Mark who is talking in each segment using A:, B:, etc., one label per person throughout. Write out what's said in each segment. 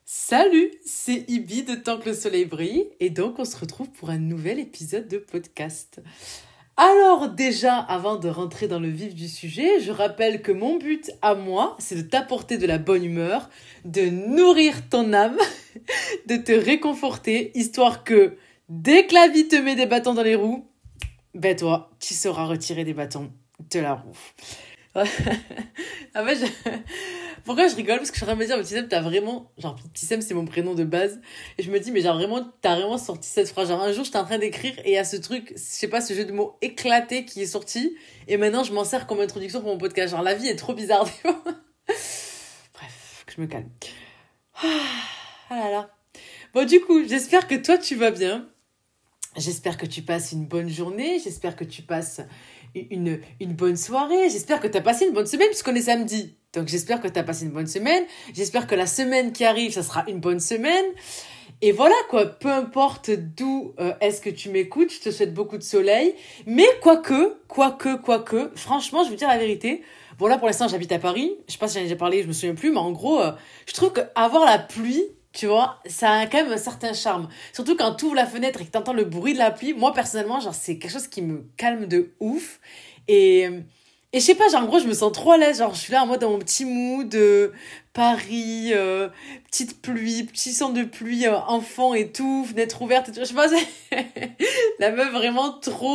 A: Salut, c'est Ibi de Tant que le soleil brille et donc on se retrouve pour un nouvel épisode de podcast. Alors déjà, avant de rentrer dans le vif du sujet, je rappelle que mon but à moi, c'est de t'apporter de la bonne humeur, de nourrir ton âme, de te réconforter, histoire que dès que la vie te met des bâtons dans les roues, ben toi, tu sauras retirer des bâtons de la roue. En fait, pourquoi je rigole? Parce que je suis en train de me dire, mais Tissem, t'as vraiment... Genre, Tissem, c'est mon prénom de base. Et je me dis, mais genre vraiment, t'as vraiment sorti cette phrase. Genre, un jour, j'étais en train d'écrire et il y a ce truc, je sais pas, ce jeu de mots éclaté qui est sorti. Et maintenant, je m'en sers comme introduction pour mon podcast. Genre, la vie est trop bizarre, tu vois. Bref, que je me calme. Ah là là. Bon, du coup, j'espère que toi, tu vas bien. J'espère que tu passes une bonne journée. J'espère que tu passes une bonne soirée. J'espère que tu as passé une bonne semaine puisqu'on est samedi. Donc j'espère que tu as passé une bonne semaine. J'espère que la semaine qui arrive, ça sera une bonne semaine. Et voilà quoi, peu importe d'où est-ce que tu m'écoutes, je te souhaite beaucoup de soleil. Mais quoique, franchement, je vais dire la vérité. Bon là pour l'instant j'habite à Paris. Je sais pas si j'en ai déjà parlé, je me souviens plus. Mais en gros, je trouve qu'avoir la pluie, tu vois, ça a quand même un certain charme. Surtout quand tu ouvres la fenêtre et que tu entends le bruit de la pluie. Moi, personnellement, genre, c'est quelque chose qui me calme de ouf. Et je sais pas, genre, en gros, je me sens trop à l'aise. Genre, je suis là en mode dans mon petit mood, Paris, petite pluie, petit son de pluie, enfant et tout, fenêtre ouverte et tout. Je sais pas, c'est la meuf vraiment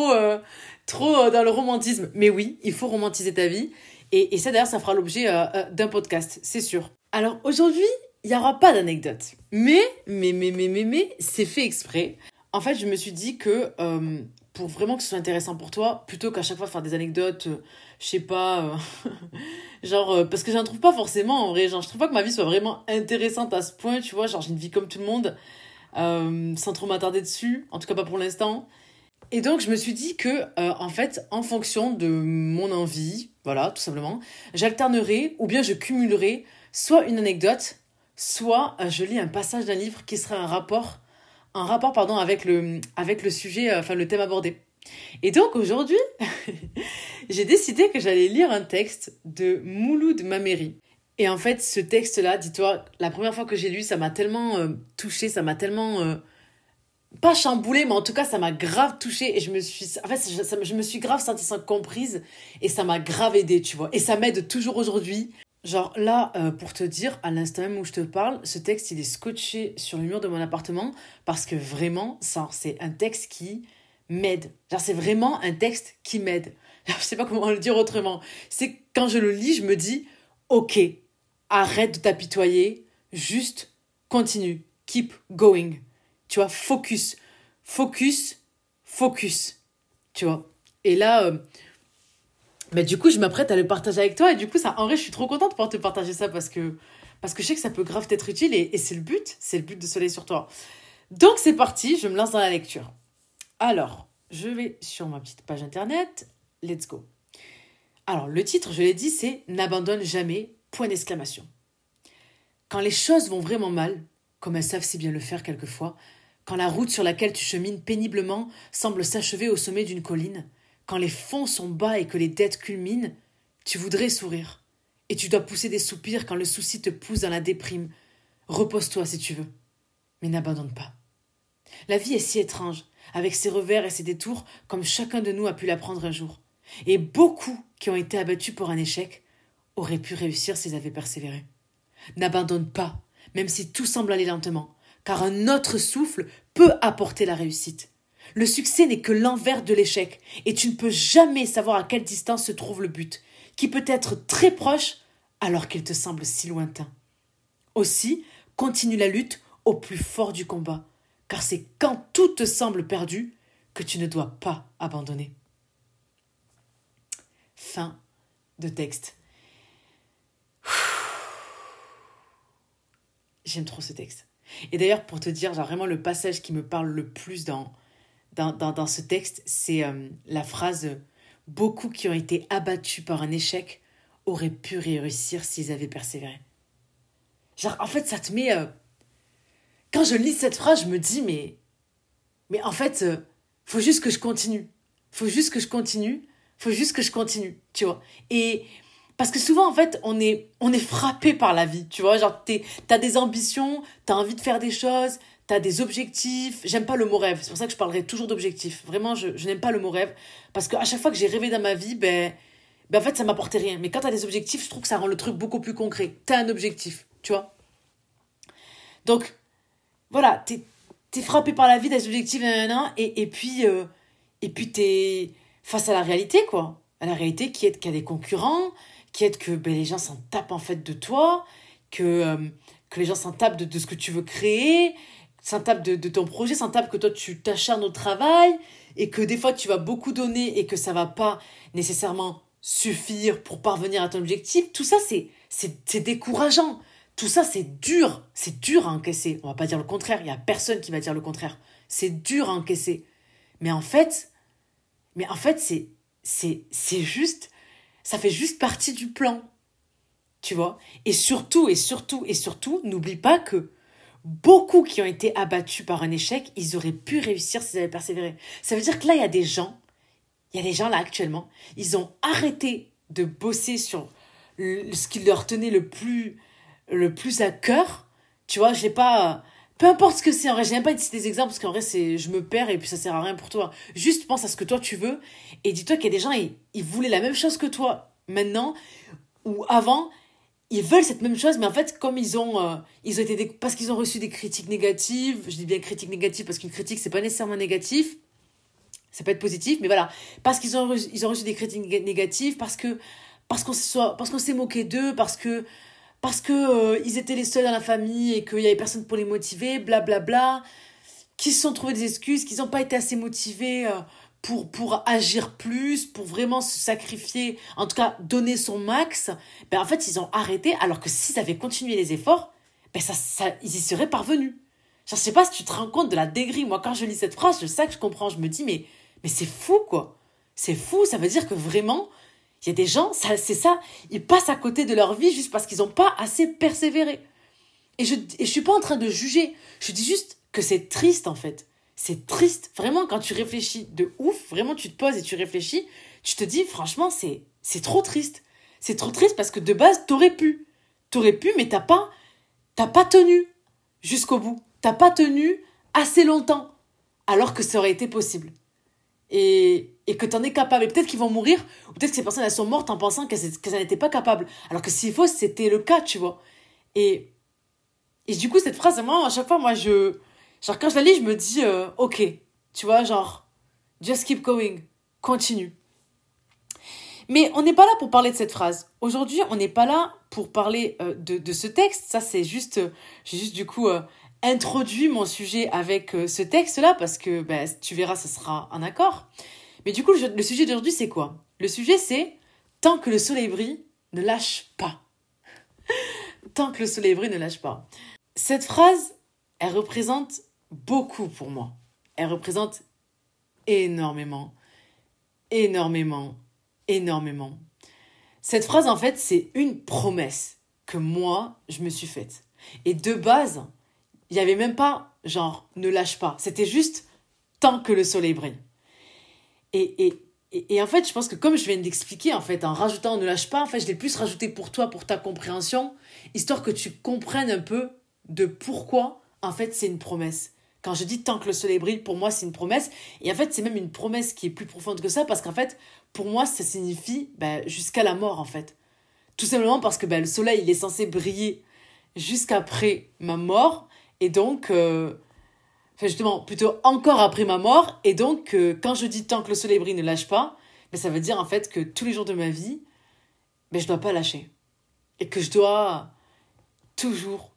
A: trop dans le romantisme. Mais oui, il faut romantiser ta vie. Et ça, d'ailleurs, ça fera l'objet d'un podcast, c'est sûr. Alors, aujourd'hui, il n'y aura pas d'anecdote. Mais, c'est fait exprès. En fait, je me suis dit que pour vraiment que ce soit intéressant pour toi, plutôt qu'à chaque fois faire des anecdotes, je sais pas, genre, parce que j'en trouve pas forcément en vrai. Genre, je trouve pas que ma vie soit vraiment intéressante à ce point, tu vois. Genre, j'ai une vie comme tout le monde, sans trop m'attarder dessus. En tout cas, pas pour l'instant. Et donc, je me suis dit que, en fait, en fonction de mon envie, voilà, tout simplement, j'alternerai ou bien je cumulerai soit une anecdote, soit je lis un passage d'un livre qui sera un rapport pardon, avec le sujet, enfin le thème abordé. Et donc aujourd'hui, j'ai décidé que j'allais lire un texte de Mouloud Mammeri. Et en fait, ce texte-là, dis-toi, la première fois que j'ai lu, ça m'a tellement touchée, ça m'a tellement... pas chamboulée, mais en tout cas, ça m'a grave touchée. Et je me suis grave sentie comprise. Et ça m'a grave aidée, tu vois. Et ça m'aide toujours aujourd'hui. Genre là, pour te dire, à l'instant même où je te parle, ce texte, il est scotché sur le mur de mon appartement parce que vraiment, ça, c'est un texte qui m'aide. Genre, c'est vraiment un texte qui m'aide. Je sais pas comment le dire autrement. C'est que quand je le lis, je me dis, ok, arrête de t'apitoyer, juste continue, keep going. Tu vois, focus, tu vois. Et là... Mais du coup, je m'apprête à le partager avec toi. Et du coup, ça, en vrai, je suis trop contente de pouvoir te partager ça parce que je sais que ça peut grave t'être utile et c'est le but. C'est le but de Soleil sur toi. Donc, c'est parti. Je me lance dans la lecture. Alors, je vais sur ma petite page internet. Let's go. Alors, le titre, je l'ai dit, c'est « N'abandonne jamais », point d'exclamation. Quand les choses vont vraiment mal, comme elles savent si bien le faire quelquefois, quand la route sur laquelle tu chemines péniblement semble s'achever au sommet d'une colline, quand les fonds sont bas et que les dettes culminent, tu voudrais sourire. Et tu dois pousser des soupirs quand le souci te pousse dans la déprime. Repose-toi si tu veux. Mais n'abandonne pas. La vie est si étrange, avec ses revers et ses détours, comme chacun de nous a pu l'apprendre un jour. Et beaucoup qui ont été abattus pour un échec auraient pu réussir s'ils avaient persévéré. N'abandonne pas, même si tout semble aller lentement, car un autre souffle peut apporter la réussite. Le succès n'est que l'envers de l'échec, et tu ne peux jamais savoir à quelle distance se trouve le but, qui peut être très proche alors qu'il te semble si lointain. Aussi, continue la lutte au plus fort du combat, car c'est quand tout te semble perdu que tu ne dois pas abandonner. Fin de texte. J'aime trop ce texte. Et d'ailleurs, pour te dire, genre vraiment le passage qui me parle le plus dans ce texte, c'est la phrase « Beaucoup qui ont été abattus par un échec auraient pu réussir s'ils avaient persévéré. » Genre, en fait, ça te met... Quand je lis cette phrase, je me dis, mais en fait, faut juste que je continue. Tu vois. Et Parce que souvent, en fait, on est frappé par la vie, tu vois. Genre, t'as des ambitions, t'as envie de faire des choses, t'as des objectifs. J'aime pas le mot rêve, c'est pour ça que je parlerai toujours d'objectifs. Vraiment, je n'aime pas le mot rêve. Parce qu'à chaque fois que j'ai rêvé dans ma vie, en fait, ça m'apportait rien. Mais quand t'as des objectifs, je trouve que ça rend le truc beaucoup plus concret. T'as un objectif, tu vois. Donc, voilà, t'es frappé par la vie, t'as des objectifs, nanana, et puis t'es face à la réalité, quoi. À la réalité qui est qu'il y a des concurrents, qui est que les gens s'en tapent en fait de toi, que les gens s'en tapent de ce que tu veux créer, s'en tapent de ton projet, s'en tapent que toi tu t'acharnes au travail, et que des fois tu vas beaucoup donner et que ça va pas nécessairement suffire pour parvenir à ton objectif. Tout ça, c'est décourageant. Tout ça, c'est dur à encaisser. On va pas dire le contraire, il y a personne qui va dire le contraire. C'est dur à encaisser. Mais en fait, c'est juste, ça fait juste partie du plan, tu vois. Et surtout, n'oublie pas que beaucoup qui ont été abattus par un échec, ils auraient pu réussir s'ils avaient persévéré. Ça veut dire que là, il y a des gens là actuellement, ils ont arrêté de bosser sur ce qui leur tenait le plus à cœur. Tu vois, j'ai pas... Peu importe ce que c'est, en vrai, j'ai même pas cité des exemples parce qu'en vrai, je me perds et puis ça sert à rien pour toi. Juste pense à ce que toi tu veux et dis-toi qu'il y a des gens, ils voulaient la même chose que toi maintenant ou avant, ils veulent cette même chose, mais en fait, comme ils ont été parce qu'ils ont reçu des critiques négatives, je dis bien critiques négatives parce qu'une critique, c'est pas nécessairement négatif, ça peut être positif, mais voilà, parce ils ont reçu des critiques négatives, parce qu'on s'est moqué d'eux, parce que ils étaient les seuls dans la famille et qu'il y avait personne pour les motiver, blablabla, qu'ils se sont trouvés des excuses, qu'ils n'ont pas été assez motivés pour agir plus, pour vraiment se sacrifier, en tout cas donner son max. En fait, ils ont arrêté, alors que s'ils avaient continué les efforts, ils y seraient parvenus. Genre, je sais pas si tu te rends compte de la dégrille. Moi, quand je lis cette phrase, je sais que je comprends, je me dis, mais c'est fou, quoi. C'est fou, ça veut dire que vraiment, il y a des gens, c'est ça, ils passent à côté de leur vie juste parce qu'ils n'ont pas assez persévéré. Et je suis pas en train de juger, je dis juste que c'est triste, en fait. C'est triste, vraiment, quand tu réfléchis de ouf, vraiment, tu te poses et tu réfléchis, tu te dis, franchement, c'est trop triste. C'est trop triste parce que de base, t'aurais pu, mais t'as pas tenu jusqu'au bout. T'as pas tenu assez longtemps, alors que ça aurait été possible. Et que t'en es capable. Et peut-être qu'ils vont mourir, ou peut-être que ces personnes, elles sont mortes en pensant qu'elles n'étaient pas capables. Alors que s'il faut, c'était le cas, tu vois. Et du coup, cette phrase, moi, à chaque fois, genre, quand je la lis, je me dis, ok, tu vois, genre, just keep going, continue. Mais on n'est pas là pour parler de cette phrase. Aujourd'hui, on n'est pas là pour parler de ce texte. Ça, j'ai juste du coup introduit mon sujet avec ce texte-là parce que tu verras, ce sera un accord. Mais du coup, le sujet d'aujourd'hui, c'est quoi ? Le sujet, c'est « Tant que le soleil brille, ne lâche pas ». Tant que le soleil brille, ne lâche pas. Cette phrase, elle représente beaucoup pour moi. Elle représente énormément. Cette phrase, en fait, c'est une promesse que moi, je me suis faite. Et de base, il n'y avait même pas, genre, ne lâche pas. C'était juste tant que le soleil brille. Et en fait, je pense que comme je viens d'expliquer, en fait, en rajoutant ne lâche pas, en fait, je l'ai plus rajouté pour toi, pour ta compréhension, histoire que tu comprennes un peu de pourquoi, en fait, c'est une promesse. Quand je dis tant que le soleil brille, pour moi, c'est une promesse. Et en fait, c'est même une promesse qui est plus profonde que ça, parce qu'en fait, pour moi, ça signifie jusqu'à la mort, en fait. Tout simplement parce que le soleil, il est censé briller jusqu'après ma mort, et donc... justement, plutôt encore après ma mort. Et donc, quand je dis tant que le soleil brille, ne lâche pas, ça veut dire en fait que tous les jours de ma vie, je dois pas lâcher. Et que je dois toujours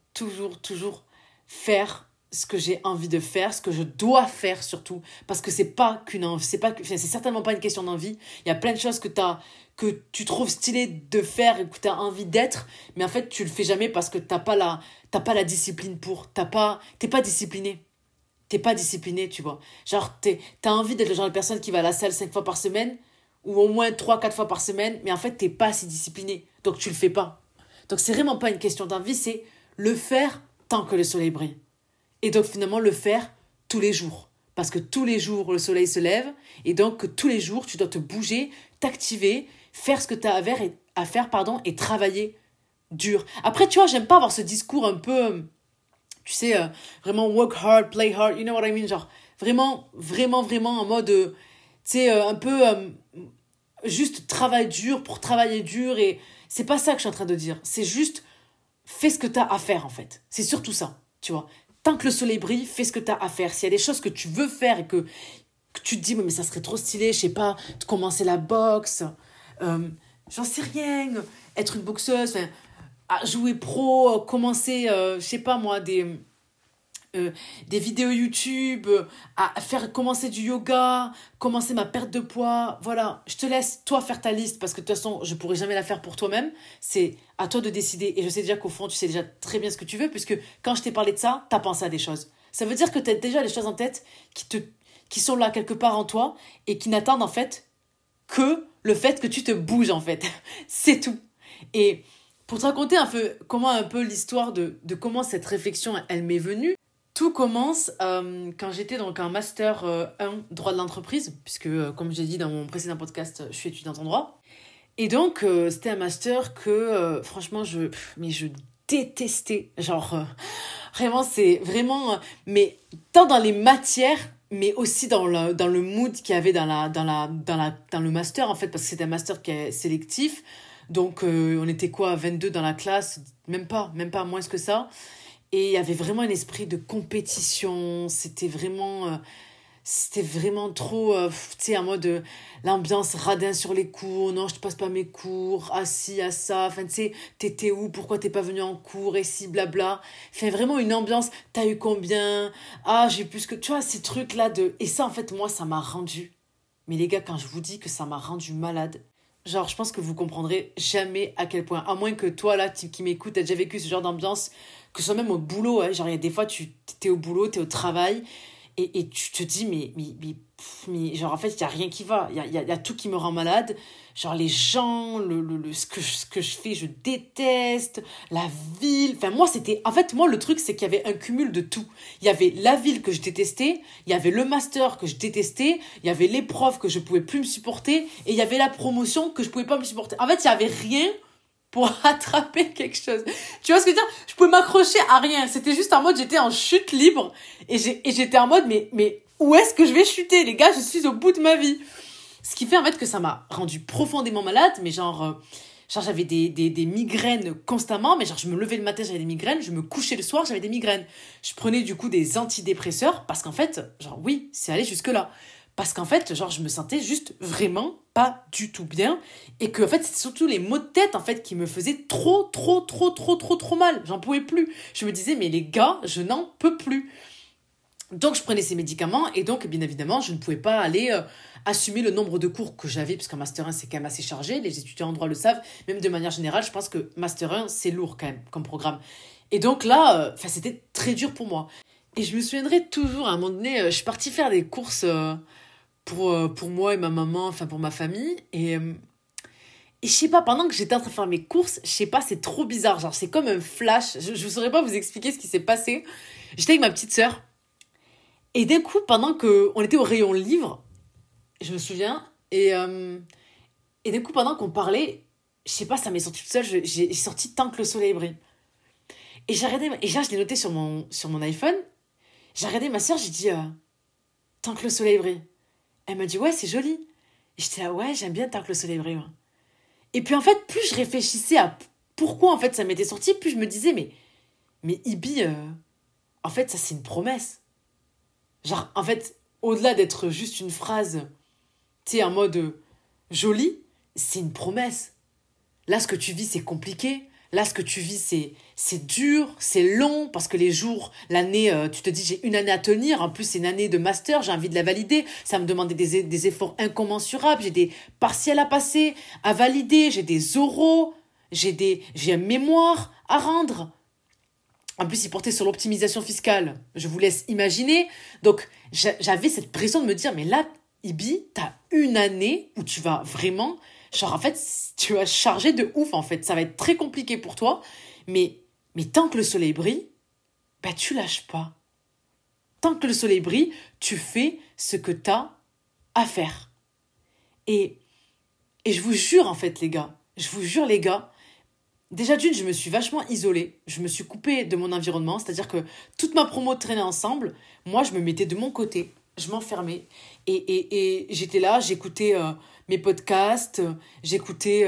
A: faire ce que j'ai envie de faire, ce que je dois faire surtout. Parce que c'est certainement pas une question d'envie. Il y a plein de choses que tu trouves stylé de faire et que tu as envie d'être, mais en fait, tu le fais jamais parce que t'as pas la discipline pour. T'es pas discipliné. T'es pas discipliné, tu vois. Genre, t'as envie d'être le genre de personne qui va à la salle 5 fois par semaine, ou au moins 3-4 fois par semaine, mais en fait, t'es pas assez discipliné. Donc, tu le fais pas. Donc, c'est vraiment pas une question d'envie, c'est le faire tant que le soleil brille. Et donc, finalement, le faire tous les jours. Parce que tous les jours, le soleil se lève, et donc, tous les jours, tu dois te bouger, t'activer, faire ce que tu as à faire, et travailler dur. Après, tu vois, j'aime pas avoir ce discours un peu, tu sais, vraiment work hard, play hard, you know what I mean, genre vraiment, vraiment, vraiment en mode, tu sais, un peu juste travaille dur pour travailler dur, et c'est pas ça que je suis en train de dire. C'est juste, fais ce que tu as à faire, en fait. C'est surtout ça, tu vois. Tant que le soleil brille, fais ce que tu as à faire. S'il y a des choses que tu veux faire et que tu te dis, mais ça serait trop stylé, je sais pas, de commencer la boxe, j'en sais rien, être une boxeuse, jouer pro, commencer, je sais pas moi, des vidéos YouTube, à faire commencer du yoga, commencer ma perte de poids. Voilà, je te laisse toi faire ta liste parce que de toute façon, je pourrai jamais la faire pour toi-même. C'est à toi de décider, et je sais déjà qu'au fond, tu sais déjà très bien ce que tu veux, puisque quand je t'ai parlé de ça, t'as pensé à des choses. Ça veut dire que t'as déjà des choses en tête qui sont là quelque part en toi et qui n'attendent en fait que le fait que tu te bouges en fait. C'est tout. Et pour te raconter un peu l'histoire de comment cette réflexion elle m'est venue, tout commence quand j'étais donc en master 1 droit de l'entreprise, puisque comme j'ai dit dans mon précédent podcast, je suis étudiante en droit. Et donc c'était un master que franchement je détestais. Genre vraiment c'est vraiment mais tant dans les matières mais aussi dans le mood qu'il y avait dans le master en fait, parce que c'était un master qui est sélectif. Donc on était quoi, 22 dans la classe, même pas moins que ça. Et il y avait vraiment un esprit de compétition. C'était vraiment trop, tu sais, en mode l'ambiance radin sur les cours. Non, je te passe pas mes cours. Ah si, ah ça. Enfin, tu sais, t'étais où? Pourquoi t'es pas venu en cours? Et si, blabla. Fait vraiment une ambiance. T'as eu combien? Ah, j'ai plus que. Tu vois, ces trucs-là de. Et ça, en fait, moi, ça m'a rendu. Mais les gars, quand je vous dis que ça m'a rendu malade. Genre, je pense que vous comprendrez jamais à quel point. À moins que toi, là, qui m'écoutes, t'as déjà vécu ce genre d'ambiance, que ce soit même au boulot. Hein. Genre, il y a des fois, t'es au boulot, t'es au travail, et tu te dis, mais genre, en fait, il n'y a rien qui va. Il y a tout qui me rend malade. Genre, les gens, ce que je fais, je déteste. La ville. Enfin, moi, c'était. En fait, moi, le truc, c'est qu'il y avait un cumul de tout. Il y avait la ville que je détestais, il y avait le master que je détestais, il y avait les profs que je pouvais plus me supporter, et il y avait la promotion que je pouvais pas me supporter. En fait, il y avait rien pour attraper quelque chose. Tu vois ce que je veux dire? Je pouvais m'accrocher à rien. C'était juste en mode, j'étais en chute libre, et j'étais en mode, mais où est-ce que je vais chuter, les gars? Je suis au bout de ma vie. Ce qui fait en fait que ça m'a rendu profondément malade, mais genre j'avais des migraines constamment, mais genre je me levais le matin, j'avais des migraines, je me couchais le soir, j'avais des migraines. Je prenais du coup des antidépresseurs, parce qu'en fait, genre oui, c'est allé jusque-là. Parce qu'en fait, genre je me sentais juste vraiment pas du tout bien, et que en fait, c'est surtout les maux de tête en fait qui me faisaient trop mal. J'en pouvais plus. Je me disais, mais les gars, je n'en peux plus. Donc, je prenais ces médicaments, et donc, bien évidemment, je ne pouvais pas aller assumer le nombre de cours que j'avais, puisqu'un Master 1, c'est quand même assez chargé. Les étudiants en droit le savent. Même de manière générale, je pense que Master 1, c'est lourd quand même comme programme. Et donc là, c'était très dur pour moi. Et je me souviendrai toujours, à un moment donné, je suis partie faire des courses pour moi et ma maman, enfin pour ma famille. Et je sais pas, pendant que j'étais en train de faire mes courses, je sais pas, c'est trop bizarre. Genre, c'est comme un flash. Je saurais pas vous expliquer ce qui s'est passé. J'étais avec ma petite sœur. Et d'un coup, pendant qu'on était au rayon livre, je me souviens, et d'un coup, pendant qu'on parlait, je sais pas, ça m'est sorti toute seule, j'ai sorti Tant que le soleil brille. Et j'ai regardé, et là, je l'ai noté sur mon iPhone, j'ai regardé ma sœur, j'ai dit Tant que le soleil brille. Elle m'a dit, ouais, c'est joli. Et j'étais là, ouais, j'aime bien Tant que le soleil brille. Ouais. Et puis en fait, plus je réfléchissais à pourquoi en fait ça m'était sorti, plus je me disais, mais Ibi, en fait, ça c'est une promesse. Genre, en fait, au-delà d'être juste une phrase, tu sais, en mode joli, c'est une promesse. Là, ce que tu vis, c'est compliqué. Là, ce que tu vis, c'est dur, c'est long, parce que les jours, l'année, tu te dis, j'ai une année à tenir. En plus, c'est une année de master, j'ai envie de la valider. Ça me demandait des efforts incommensurables. J'ai des partiels à passer, à valider. J'ai des oraux. J'ai un mémoire à rendre. En plus, il portait sur l'optimisation fiscale. Je vous laisse imaginer. Donc, j'avais cette pression de me dire, mais là, Ibi, t'as une année où tu vas vraiment... Genre, en fait, tu vas charger de ouf, en fait. Ça va être très compliqué pour toi. Mais tant que le soleil brille, bah, tu lâches pas. Tant que le soleil brille, tu fais ce que t'as à faire. Et Et je vous jure, en fait, les gars, déjà d'une, je me suis vachement isolée. Je me suis coupée de mon environnement. C'est-à-dire que toute ma promo traînait ensemble. Moi, je me mettais de mon côté. Je m'enfermais. Et j'étais là, j'écoutais mes podcasts. J'écoutais...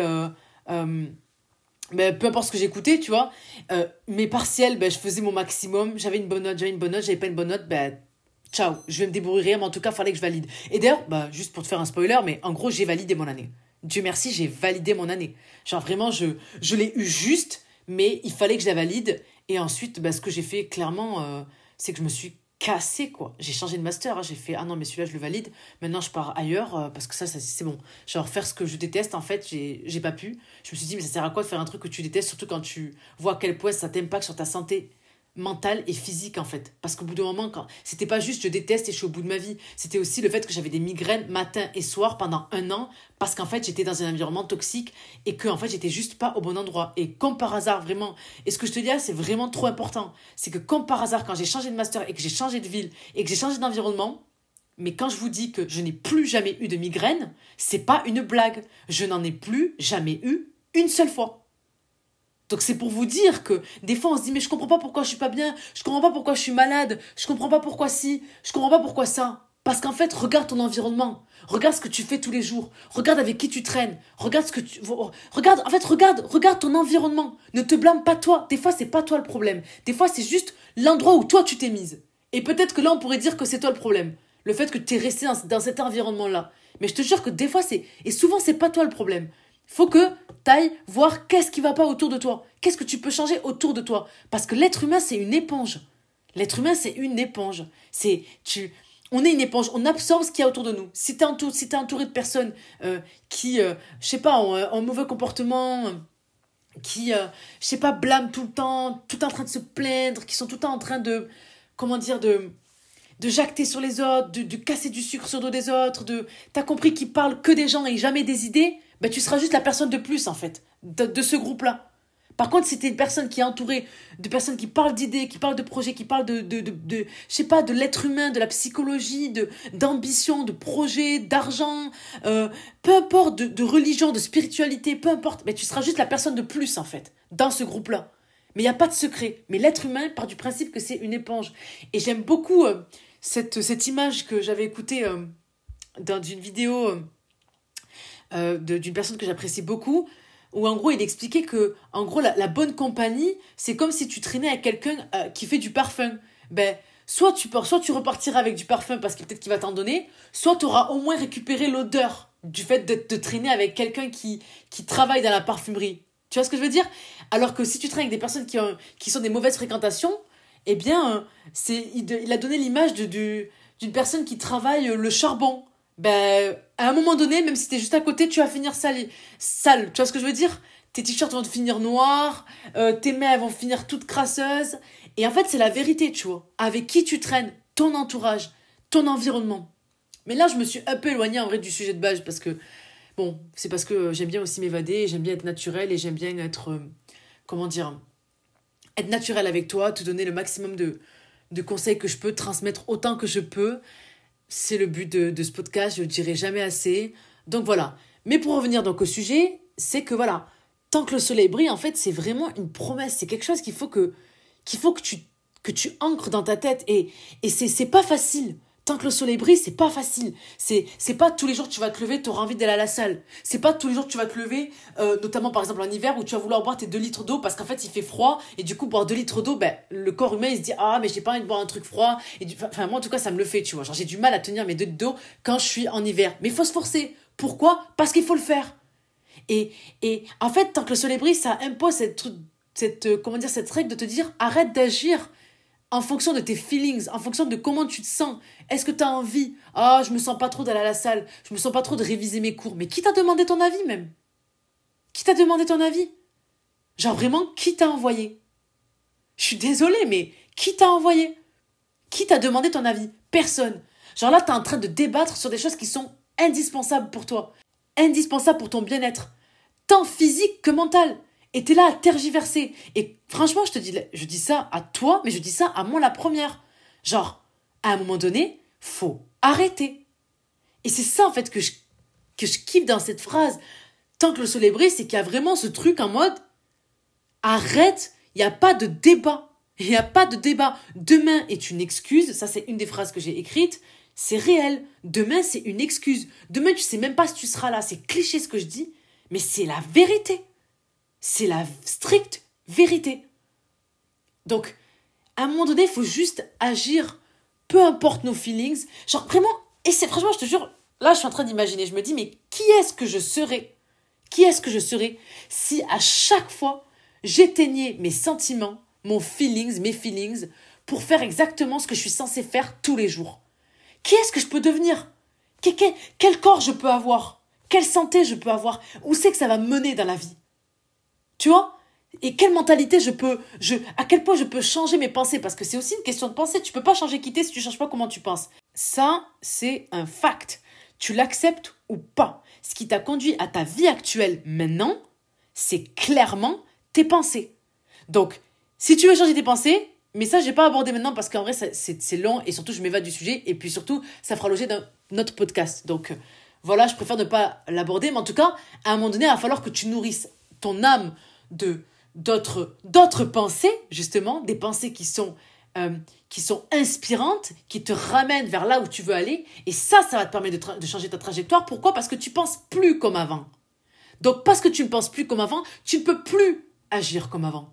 A: peu importe ce que j'écoutais, tu vois. Mes partiels, je faisais mon maximum. J'avais une bonne note, j'avais pas une bonne note, ciao. Je vais me débrouiller, mais en tout cas, il fallait que je valide. Et d'ailleurs, juste pour te faire un spoiler, mais en gros, j'ai validé mon année. Dieu merci, j'ai validé mon année. Genre vraiment, je l'ai eu juste, mais il fallait que je la valide. Et ensuite, ce que j'ai fait clairement, c'est que je me suis cassée, quoi. J'ai changé de master, hein. J'ai fait, ah non, mais celui-là, je le valide. Maintenant, je pars ailleurs, parce que ça c'est bon. Genre, faire ce que je déteste, en fait, j'ai pas pu. Je me suis dit, mais ça sert à quoi de faire un truc que tu détestes, surtout quand tu vois à quel point ça t'impacte sur ta santé mentale et physique, en fait. Parce qu'au bout d'un moment, c'était pas juste je déteste et je suis au bout de ma vie, c'était aussi le fait que j'avais des migraines matin et soir pendant 1 an, parce qu'en fait j'étais dans un environnement toxique et que en fait j'étais juste pas au bon endroit. Et comme par hasard, vraiment, et ce que je te dis là, c'est vraiment trop important, c'est que comme par hasard, quand j'ai changé de master et que j'ai changé de ville et que j'ai changé d'environnement, mais quand je vous dis que je n'ai plus jamais eu de migraine, c'est pas une blague. Je n'en ai plus jamais eu une seule fois. Donc c'est pour vous dire que des fois on se dit mais je comprends pas pourquoi je suis pas bien, je comprends pas pourquoi je suis malade, je comprends pas pourquoi ci, je comprends pas pourquoi ça. Parce qu'en fait, regarde ton environnement, regarde ce que tu fais tous les jours, regarde avec qui tu traînes, regarde ce que tu... regarde ton environnement. Ne te blâme pas toi, des fois c'est pas toi le problème. Des fois c'est juste l'endroit où toi tu t'es mise. Et peut-être que là on pourrait dire que c'est toi le problème. Le fait que tu es resté dans cet environnement-là. Mais je te jure que des fois c'est... Et souvent c'est pas toi le problème. Faut que t'ailles voir qu'est-ce qui va pas autour de toi. Qu'est-ce que tu peux changer autour de toi. Parce que l'être humain, c'est une éponge. L'être humain, c'est une éponge. On est une éponge. On absorbe ce qu'il y a autour de nous. Si t'es entouré de personnes qui, je sais pas, ont un mauvais comportement, qui, je sais pas, blâment tout le temps, tout le temps en train de se plaindre, qui sont tout le temps en train de, comment dire, de jacter sur les autres, de casser du sucre sur le dos des autres, t'as compris qu'ils parlent que des gens et jamais des idées, tu seras juste la personne de plus, en fait, de ce groupe-là. Par contre, si t'es une personne qui est entourée de personnes qui parlent d'idées, qui parlent de projets, qui parlent je sais pas, de l'être humain, de la psychologie, d'ambition, de projets, d'argent, peu importe, de religion, de spiritualité, peu importe, tu seras juste la personne de plus, en fait, dans ce groupe-là. Mais il n'y a pas de secret. Mais l'être humain part du principe que c'est une éponge. Et j'aime beaucoup cette image que j'avais écoutée dans une vidéo d'une personne que j'apprécie beaucoup, où en gros il expliquait que en gros la bonne compagnie, c'est comme si tu traînais avec quelqu'un qui fait du parfum. Soit tu repartiras avec du parfum parce que peut-être qu'il va t'en donner, soit tu auras au moins récupéré l'odeur du fait de traîner avec quelqu'un qui travaille dans la parfumerie. Tu vois ce que je veux dire? Alors que si tu traînes avec des personnes qui sont des mauvaises fréquentations, eh bien, il a donné l'image d'une personne qui travaille le charbon. À un moment donné, même si t'es juste à côté, tu vas finir sale. Tu vois ce que je veux dire? Tes t-shirts vont finir noirs, tes mains elles vont finir toutes crasseuses. Et en fait, c'est la vérité, tu vois. Avec qui tu traînes, ton entourage, ton environnement. Mais là, je me suis un peu éloignée en vrai du sujet de base parce que bon, c'est parce que j'aime bien aussi m'évader, j'aime bien être naturelle et j'aime bien être, être naturelle avec toi, te donner le maximum de conseils que je peux, transmettre autant que je peux. C'est le but de ce podcast, je ne le dirai jamais assez. Donc voilà. Mais pour revenir donc au sujet, c'est que voilà, tant que le soleil brille, en fait, c'est vraiment une promesse. C'est quelque chose qu'il faut que tu ancres dans ta tête. Et c'est pas facile. Tant que le soleil brille, c'est pas facile. C'est pas tous les jours que tu vas te lever, tu auras envie d'aller à la salle. C'est pas tous les jours que tu vas te lever, notamment par exemple en hiver, où tu vas vouloir boire tes 2 litres d'eau parce qu'en fait il fait froid. Et du coup, boire 2 litres d'eau, le corps humain il se dit ah, mais j'ai pas envie de boire un truc froid. Enfin, moi en tout cas, ça me le fait, tu vois. Genre, j'ai du mal à tenir mes 2 litres d'eau quand je suis en hiver. Mais il faut se forcer. Pourquoi? Parce qu'il faut le faire. Et en fait, tant que le soleil brille, ça impose cette règle de te dire arrête d'agir en fonction de tes feelings, en fonction de comment tu te sens. Est-ce que tu as envie? Ah, je me sens pas trop d'aller à la salle, je me sens pas trop de réviser mes cours. Mais qui t'a demandé ton avis même? Qui t'a demandé ton avis? Genre vraiment, qui t'a envoyé? Je suis désolée, mais qui t'a envoyé? Qui t'a demandé ton avis? Personne. Genre là, t'es en train de débattre sur des choses qui sont indispensables pour toi, indispensables pour ton bien-être, tant physique que mental. Et t'es là à tergiverser. Et franchement, je dis ça à toi, mais je dis ça à moi la première. Genre, à un moment donné, faut arrêter. Et c'est ça, en fait, que je kiffe dans cette phrase. Tant que le soleil brille, c'est qu'il y a vraiment ce truc en mode arrête, il n'y a pas de débat. Il n'y a pas de débat. Demain est une excuse. Ça, c'est une des phrases que j'ai écrites. C'est réel. Demain, c'est une excuse. Demain, tu sais même pas si tu seras là. C'est cliché ce que je dis, mais c'est la vérité. C'est la stricte vérité. Donc, à un moment donné, il faut juste agir, peu importe nos feelings. Genre, vraiment, et c'est franchement, je te jure, là, je suis en train d'imaginer. Je me dis, mais qui est-ce que je serais? Qui est-ce que je serais si à chaque fois, j'éteignais mes sentiments, mes feelings, pour faire exactement ce que je suis censée faire tous les jours? Qui est-ce que je peux devenir? Quel corps je peux avoir? Quelle santé je peux avoir? Où c'est que ça va me mener dans la vie? Tu vois? Et quelle mentalité à quel point je peux changer mes pensées? Parce que c'est aussi une question de pensée. Tu peux pas changer quitter si tu changes pas comment tu penses. Ça, c'est un fact. Tu l'acceptes ou pas. Ce qui t'a conduit à ta vie actuelle maintenant, c'est clairement tes pensées. Donc, si tu veux changer tes pensées, mais ça, je vais pas aborder maintenant parce qu'en vrai, c'est long et surtout, je m'évade du sujet. Et puis surtout, ça fera l'objet d'un autre podcast. Donc, voilà, je préfère ne pas l'aborder. Mais en tout cas, à un moment donné, il va falloir que tu nourrisses ton âme d'autres pensées, justement, des pensées qui sont inspirantes, qui te ramènent vers là où tu veux aller. Et ça va te permettre de changer ta trajectoire. Pourquoi? Parce que tu penses plus comme avant. Donc, parce que tu ne penses plus comme avant, tu ne peux plus agir comme avant.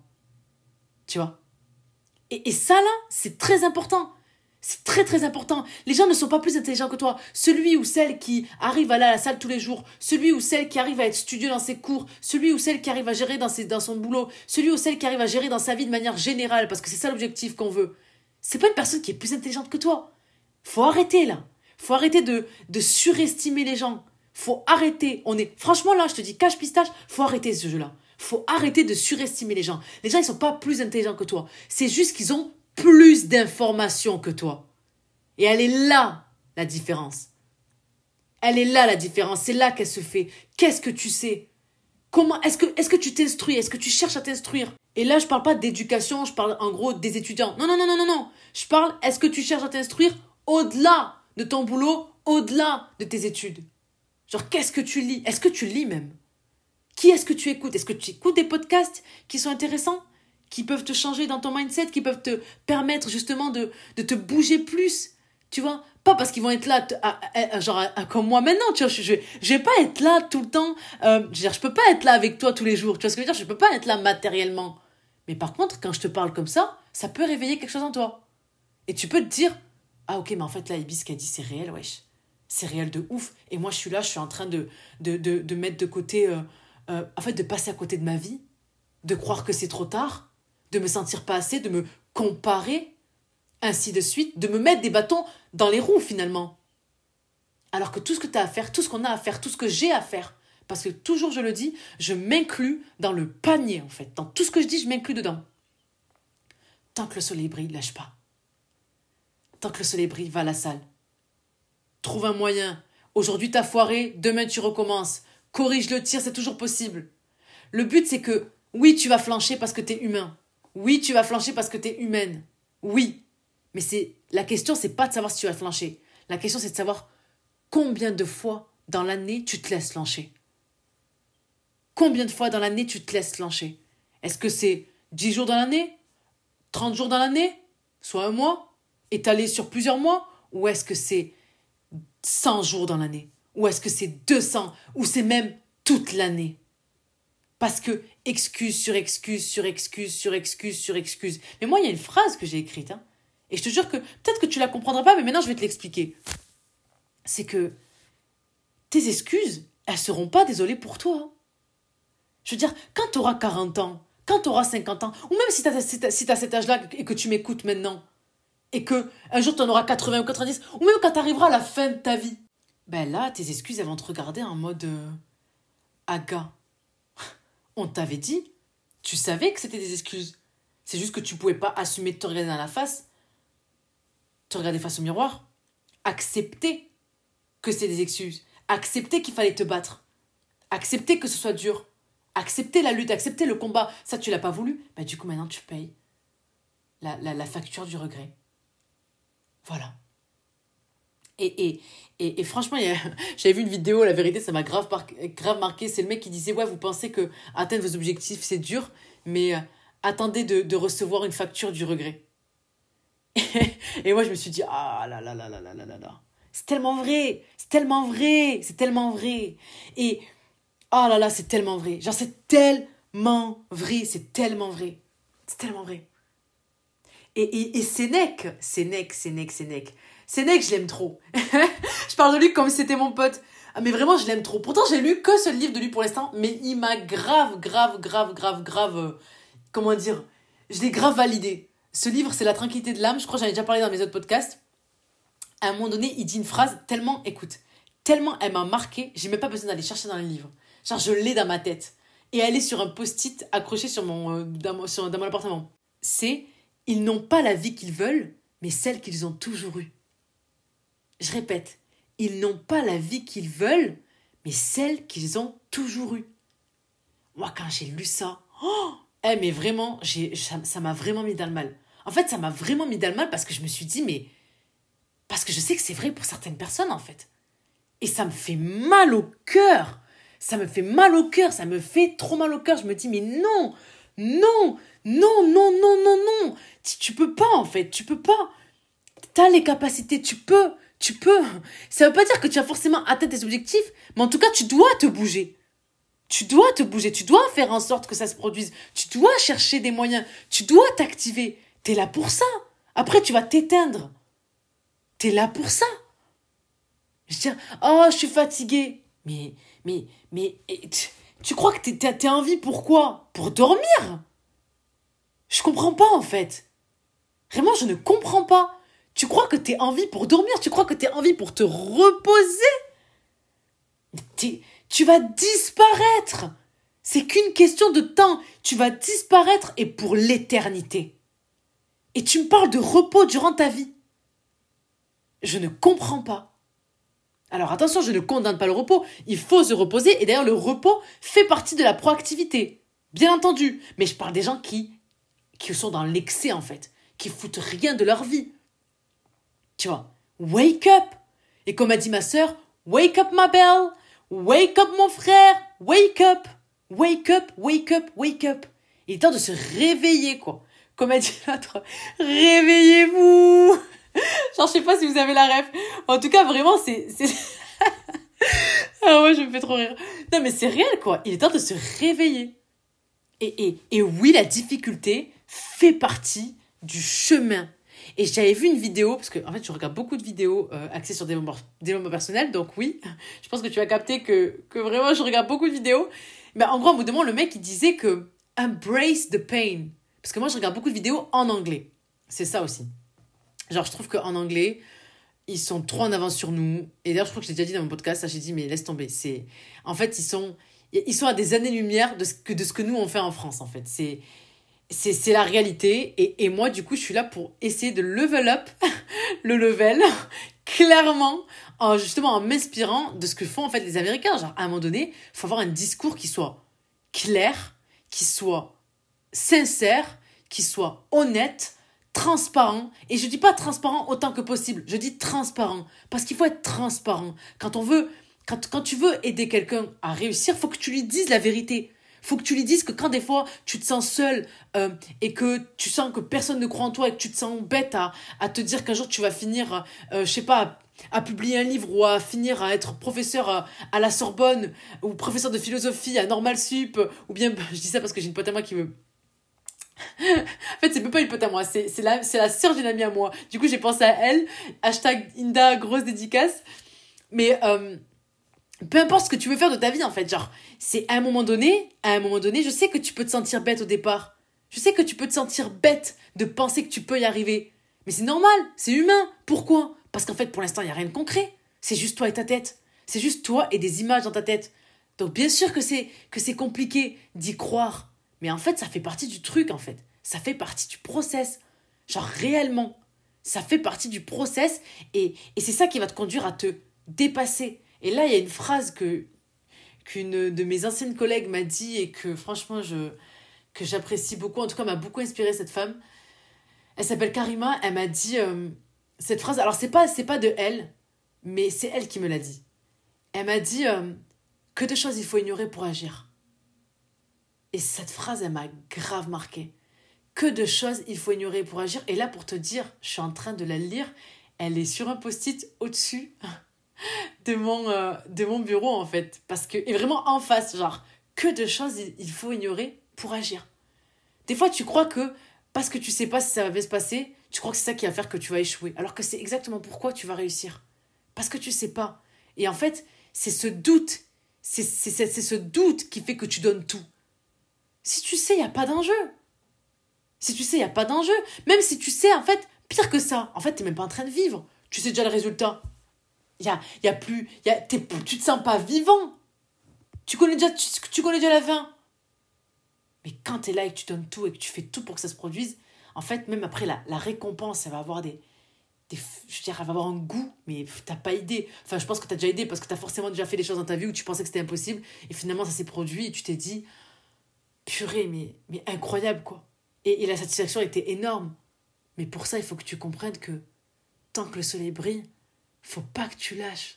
A: Tu vois? Et ça, là, c'est très important. C'est très, très important. Les gens ne sont pas plus intelligents que toi. Celui ou celle qui arrive à aller à la salle tous les jours, celui ou celle qui arrive à être studieux dans ses cours, celui ou celle qui arrive à gérer dans son boulot, celui ou celle qui arrive à gérer dans sa vie de manière générale, parce que c'est ça l'objectif qu'on veut. C'est pas une personne qui est plus intelligente que toi. Faut arrêter, là. Faut arrêter de surestimer les gens. Faut arrêter. Franchement, là, je te dis, cache pistache, faut arrêter ce jeu-là. Faut arrêter de surestimer les gens. Les gens, ils sont pas plus intelligents que toi. C'est juste qu'ils ont plus d'informations que toi. Et elle est là, la différence. Elle est là, la différence. C'est là qu'elle se fait. Qu'est-ce que tu sais? Comment est-ce que tu t'instruis? Est-ce que tu cherches à t'instruire? Et là, je parle pas d'éducation, je parle en gros des étudiants. Non, non, non, non, non, non. Je parle, est-ce que tu cherches à t'instruire au-delà de ton boulot, au-delà de tes études? Genre, qu'est-ce que tu lis? Est-ce que tu lis même? Qui est-ce que tu écoutes? Est-ce que tu écoutes des podcasts qui sont intéressants? Qui peuvent te changer dans ton mindset? Qui peuvent te permettre justement de te bouger plus? Tu vois? Pas parce qu'ils vont être là, comme moi maintenant, tu vois. Je vais pas être là tout le temps. Je peux pas être là avec toi tous les jours. Tu vois ce que je veux dire? Je peux pas être là matériellement. Mais par contre, quand je te parle comme ça peut réveiller quelque chose en toi. Et tu peux te dire, ah ok, mais en fait là, Ibis, ce qu'elle dit, c'est réel, wesh. C'est réel de ouf. Et moi, je suis là, je suis en train de mettre de côté... en fait, de passer à côté de ma vie, de croire que c'est trop tard, de me sentir pas assez, de me comparer, ainsi de suite, de me mettre des bâtons dans les roues finalement. Alors que tout ce que tu as à faire, tout ce qu'on a à faire, tout ce que j'ai à faire, parce que toujours je le dis, je m'inclus dans le panier en fait. Dans tout ce que je dis, je m'inclus dedans. Tant que le soleil brille, lâche pas. Tant que le soleil brille, va à la salle. Trouve un moyen. Aujourd'hui t'as foiré, demain tu recommences. Corrige le tir, c'est toujours possible. Le but, c'est que, oui, tu vas flancher parce que t'es humain. Oui, tu vas flancher parce que t'es humaine. Oui. Mais la question, c'est pas de savoir si tu vas flancher. La question, c'est de savoir combien de fois dans l'année tu te laisses flancher. Combien de fois dans l'année tu te laisses flancher? Est-ce que c'est 10 jours dans l'année? 30 jours dans l'année? Soit un mois? Étalé sur plusieurs mois? Ou est-ce que c'est 100 jours dans l'année? Ou est-ce que c'est 200? Ou c'est même toute l'année? Parce que excuse sur excuse sur excuse sur excuse sur excuse. Mais moi, il y a une phrase que j'ai écrite. Et je te jure que peut-être que tu la comprendras pas, mais maintenant, je vais te l'expliquer. C'est que tes excuses, elles seront pas désolées pour toi. Je veux dire, quand tu auras 40 ans, quand tu auras 50 ans, ou même si tu as cet âge-là et que tu m'écoutes maintenant, et que un jour tu en auras 80 ou 90, ou même quand tu arriveras à la fin de ta vie, ben là, tes excuses, elles vont te regarder en mode aga. On t'avait dit, tu savais que c'était des excuses. C'est juste que tu pouvais pas assumer de te regarder dans la face, te regarder face au miroir, accepter que c'est des excuses, accepter qu'il fallait te battre, accepter que ce soit dur, accepter la lutte, accepter le combat. Ça, tu l'as pas voulu. Ben, du coup, maintenant, tu payes la facture du regret. Voilà. Et franchement, j'avais vu une vidéo, la vérité, ça m'a grave marqué. C'est le mec qui disait, ouais, vous pensez que atteindre vos objectifs, c'est dur, mais attendez de recevoir une facture du regret. Et moi, je me suis dit, ah là là là là là là là là. C'est tellement vrai, c'est tellement vrai, c'est tellement vrai. Et, oh là là, c'est tellement vrai. Genre, c'est tellement vrai, c'est tellement vrai. C'est tellement vrai. Et Sénèque, Sénèque, je l'aime trop. Je parle de lui comme si c'était mon pote. Ah, mais vraiment, je l'aime trop. Pourtant, j'ai lu que ce livre de lui pour l'instant, mais il m'a grave, comment dire, je l'ai grave validé. Ce livre, c'est La tranquillité de l'âme. Je crois que j'en ai déjà parlé dans mes autres podcasts. À un moment donné, il dit une phrase tellement, écoute, tellement elle m'a marqué, j'ai même pas besoin d'aller chercher dans les livres. Genre, je l'ai dans ma tête. Et elle est sur un post-it accroché dans mon appartement. C'est, ils n'ont pas la vie qu'ils veulent, mais celle qu'ils ont toujours eue. Je répète, ils n'ont pas la vie qu'ils veulent, mais celle qu'ils ont toujours eue. Moi, quand j'ai lu ça, mais vraiment, ça m'a vraiment mis dans le mal. En fait, ça m'a vraiment mis dans le mal parce que je me suis dit, mais... Parce que je sais que c'est vrai pour certaines personnes, en fait. Et ça me fait mal au cœur. Ça me fait mal au cœur, ça me fait trop mal au cœur. Je me dis, mais non, non, non, non, non, non, non. Tu peux pas, en fait, tu peux pas. T'as les capacités, tu peux. Ça veut pas dire que tu as forcément atteint tes objectifs, mais en tout cas, tu dois te bouger. Tu dois te bouger, tu dois faire en sorte que ça se produise. Tu dois chercher des moyens, tu dois t'activer. T'es là pour ça. Après, tu vas t'éteindre. T'es là pour ça. Je dis, oh, je suis fatiguée. Mais, tu crois que t'es en vie pour quoi? Pour dormir? Je comprends pas, en fait. Vraiment, je ne comprends pas. Tu crois que t'es en vie pour dormir? Tu crois que t'es en vie pour te reposer? Tu vas disparaître. C'est qu'une question de temps. Tu vas disparaître et pour l'éternité. Et tu me parles de repos durant ta vie. Je ne comprends pas. Alors attention, je ne condamne pas le repos. Il faut se reposer. Et d'ailleurs, le repos fait partie de la proactivité. Bien entendu. Mais je parle des gens qui sont dans l'excès, en fait. Qui foutent rien de leur vie. Tu vois, wake up. Et comme a dit ma sœur, wake up ma belle. Wake up mon frère. Wake up. Wake up, wake up, wake up. Il est temps de se réveiller, quoi. Comme a dit l'autre, réveillez-vous. Genre, je sais pas si vous avez la ref. En tout cas, vraiment, c'est... Ah ouais, je me fais trop rire. Non, mais c'est réel, quoi. Il est temps de se réveiller. Et oui, la difficulté fait partie du chemin. Et j'avais vu une vidéo, parce que en fait, je regarde beaucoup de vidéos axées sur des développement personnel, donc oui, je pense que tu as capté que vraiment, je regarde beaucoup de vidéos. Mais en gros, au bout d'un moment, le mec, il disait que embrace the pain. Parce que moi, je regarde beaucoup de vidéos en anglais. C'est ça aussi. Genre, je trouve qu'en anglais, ils sont trop en avance sur nous. Et d'ailleurs, je crois que je l'ai déjà dit dans mon podcast, ça, j'ai dit, mais laisse tomber. En fait, ils sont à des années-lumière de ce que nous, on fait en France, en fait. C'est la réalité. Et moi, du coup, je suis là pour essayer de level up le level, clairement, justement en m'inspirant de ce que font en fait les Américains. Genre, à un moment donné, il faut avoir un discours qui soit clair, qui soit sincère, qui soit honnête, transparent. Et je dis pas transparent autant que possible, je dis transparent. Parce qu'il faut être transparent. Quand tu veux aider quelqu'un à réussir, il faut que tu lui dises la vérité. Faut que tu lui dises que quand des fois tu te sens seul et que tu sens que personne ne croit en toi et que tu te sens bête à te dire qu'un jour tu vas finir, je sais pas, à publier un livre ou à finir à être professeur à la Sorbonne ou professeur de philosophie à Normal Sup ou bien, je dis ça parce que j'ai une pote à moi qui me... En fait, c'est même pas une pote à moi, c'est la sœur d'une amie à moi. Du coup, j'ai pensé à elle. Hashtag Inda, grosse dédicace. Mais... peu importe ce que tu veux faire de ta vie, en fait. Genre, c'est à un moment donné, je sais que tu peux te sentir bête au départ. Je sais que tu peux te sentir bête de penser que tu peux y arriver. Mais c'est normal, c'est humain. Pourquoi? Parce qu'en fait, pour l'instant, il n'y a rien de concret. C'est juste toi et ta tête. C'est juste toi et des images dans ta tête. Donc, bien sûr que c'est compliqué d'y croire. Mais en fait, ça fait partie du truc, en fait. Ça fait partie du process. Genre, réellement. Ça fait partie du process. Et c'est ça qui va te conduire à te dépasser. Et là, il y a une phrase qu'une de mes anciennes collègues m'a dit et que franchement, que j'apprécie beaucoup. En tout cas, m'a beaucoup inspiré cette femme. Elle s'appelle Karima. Elle m'a dit cette phrase. Alors, c'est pas de elle, mais c'est elle qui me l'a dit. Elle m'a dit que de choses il faut ignorer pour agir. Et cette phrase, elle m'a grave marquée. Que de choses il faut ignorer pour agir. Et là, pour te dire, je suis en train de la lire. Elle est sur un post-it au-dessus de mon bureau, en fait. Et vraiment en face, genre, que de choses il faut ignorer pour agir. Des fois, tu crois que, parce que tu sais pas si ça va bien se passer, tu crois que c'est ça qui va faire que tu vas échouer. Alors que c'est exactement pourquoi tu vas réussir. Parce que tu sais pas. Et en fait, c'est ce doute. C'est ce doute qui fait que tu donnes tout. Si tu sais, il n'y a pas d'enjeu. Si tu sais, il n'y a pas d'enjeu. Même si tu sais, en fait, pire que ça. En fait, tu n'es même pas en train de vivre. Tu sais déjà le résultat. Tu te sens pas vivant. Tu connais déjà la fin. Mais quand tu es là et que tu donnes tout et que tu fais tout pour que ça se produise, en fait, même après, la récompense, elle va avoir elle va avoir un goût, mais t'as pas idée. Enfin, je pense que t'as déjà idée parce que t'as forcément déjà fait des choses dans ta vie où tu pensais que c'était impossible et finalement, ça s'est produit et tu t'es dit, purée, mais incroyable, quoi. Et la satisfaction était énorme. Mais pour ça, il faut que tu comprennes que tant que le soleil brille, faut pas que tu lâches.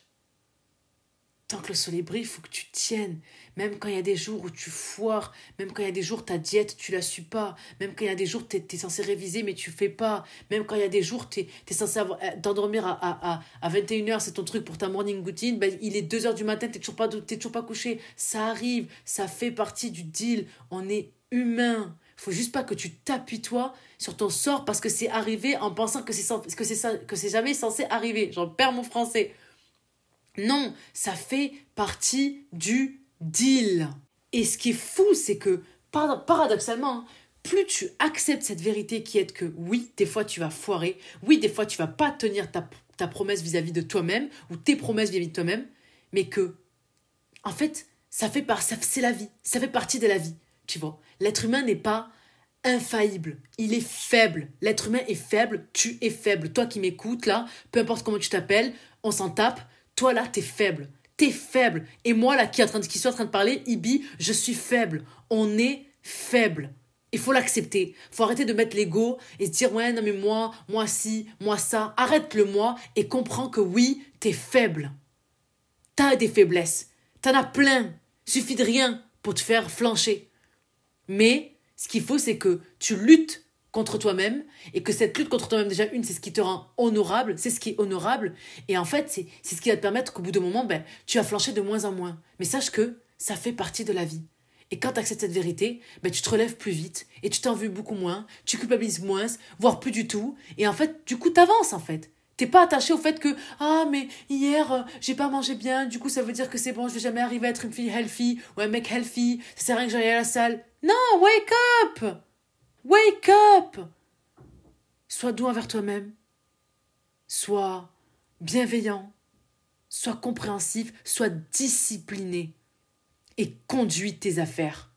A: Tant que le soleil brille, il faut que tu tiennes. Même quand il y a des jours où tu foires, même quand il y a des jours ta diète, tu la suis pas. Même quand il y a des jours t'es censé réviser mais tu fais pas. Même quand il y a des jours t'es censé t'endormir à 21h, c'est ton truc pour ta morning routine, ben, il est 2h du matin, t'es toujours pas couché. Ça arrive, ça fait partie du deal. On est humain. Faut juste pas que tu t'appuies toi sur ton sort parce que c'est arrivé en pensant que c'est jamais censé arriver. J'en perds mon français. Non, ça fait partie du deal. Et ce qui est fou, c'est que, paradoxalement, plus tu acceptes cette vérité qui est que oui, des fois tu vas foirer, oui, des fois tu vas pas tenir ta promesse vis-à-vis de toi-même, ou tes promesses vis-à-vis de toi-même, mais que, en fait, c'est la vie, ça fait partie de la vie, tu vois. L'être humain n'est pas infaillible, il est faible. L'être humain est faible, tu es faible. Toi qui m'écoutes, là, peu importe comment tu t'appelles, on s'en tape. Toi, là, t'es faible. T'es faible. Et moi, là, qui suis en train de parler, Ibi, je suis faible. On est faible. Il faut l'accepter. Il faut arrêter de mettre l'ego et se dire, ouais, non, mais moi ci, moi ça. Arrête le moi et comprends que oui, t'es faible. T'as des faiblesses. T'en as plein. Suffit de rien pour te faire flancher. Mais ce qu'il faut, c'est que tu luttes contre toi-même et que cette lutte contre toi-même, déjà, c'est ce qui te rend honorable, c'est ce qui est honorable. Et en fait, c'est ce qui va te permettre qu'au bout d'un moment, tu vas flancher de moins en moins. Mais sache que ça fait partie de la vie. Et quand tu acceptes cette vérité, tu te relèves plus vite et tu t'en veux beaucoup moins, tu culpabilises moins, voire plus du tout. Et en fait, du coup, t'avances en fait. T'es pas attaché au fait que mais hier j'ai pas mangé bien, du coup ça veut dire que c'est bon, je vais jamais arriver à être une fille healthy ou un mec healthy, ça sert à rien que j'aille à la salle. Non, wake up! Wake up! Sois doux envers toi-même, sois bienveillant, sois compréhensif, sois discipliné et conduis tes affaires.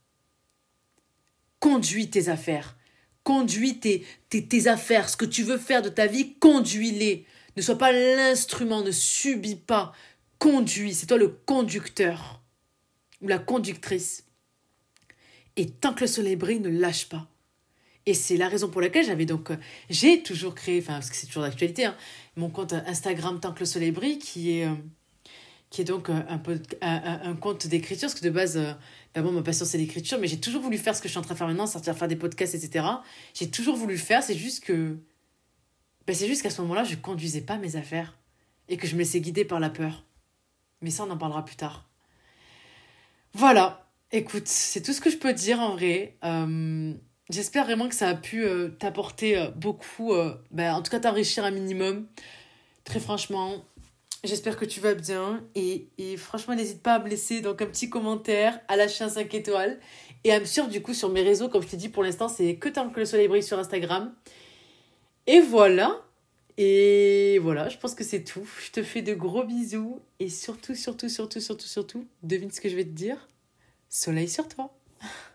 A: Conduis tes affaires. Conduis tes affaires, ce que tu veux faire de ta vie, conduis-les. Ne sois pas l'instrument, ne subis pas. Conduis, c'est toi le conducteur ou la conductrice. Et tant que le soleil brille, ne lâche pas. Et c'est la raison pour laquelle j'ai toujours créé, parce que c'est toujours d'actualité, mon compte Instagram Tant que le soleil brille, qui est donc un compte d'écriture, parce que de base, ma passion c'est l'écriture, mais j'ai toujours voulu faire ce que je suis en train de faire maintenant, faire des podcasts, etc. J'ai toujours voulu le faire, c'est juste qu'à ce moment-là, je conduisais pas mes affaires et que je me laissais guider par la peur. Mais ça, on en parlera plus tard. Voilà, écoute, c'est tout ce que je peux dire en vrai. J'espère vraiment que ça a pu t'apporter beaucoup, en tout cas t'enrichir un minimum. Très franchement, j'espère que tu vas bien et franchement n'hésite pas à me laisser donc un petit commentaire, à lâcher un 5 étoiles et à me suivre du coup sur mes réseaux. Comme je t'ai dit, pour l'instant c'est que Tant que le soleil brille sur Instagram. Et voilà, je pense que c'est tout. Je te fais de gros bisous et surtout, devine ce que je vais te dire, soleil sur toi.